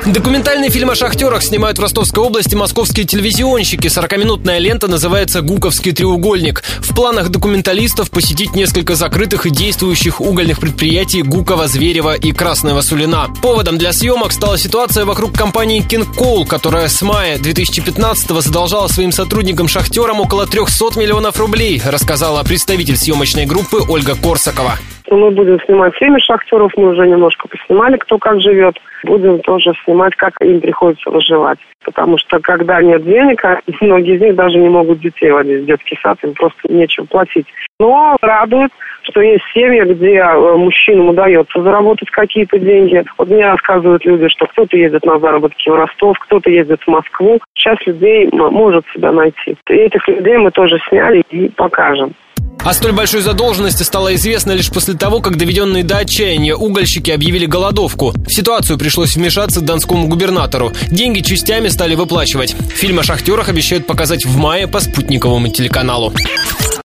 Документальный фильм о шахтерах снимают в Ростовской области московские телевизионщики. 40-минутная лента называется «Гуковский треугольник». В планах документалистов посетить несколько закрытых и действующих угольных предприятий Гуково, Зверево и Красного Сулина. Поводом для съемок стала ситуация вокруг компании King Coal, которая с мая 2015-го задолжала своим сотрудникам-шахтерам около 300 миллионов рублей, рассказала представитель съемочной группы Ольга Корсакова. Мы будем снимать семьи шахтеров, мы уже немножко поснимали, кто как живет. Будем тоже снимать, как им приходится выживать. Потому что когда нет денег, многие из них даже не могут детей водить в детский сад, им просто нечем платить. Но радует, что есть семьи, где мужчинам удается заработать какие-то деньги. Вот мне рассказывают люди, что кто-то ездит на заработки в Ростов, кто-то ездит в Москву. Сейчас людей может себя найти. И этих людей мы тоже сняли и покажем. О столь большой задолженности стало известно лишь после того, как доведенные до отчаяния угольщики объявили голодовку. В ситуацию пришлось вмешаться донскому губернатору. Деньги частями стали выплачивать. Фильм о шахтерах обещают показать в мае по спутниковому телеканалу.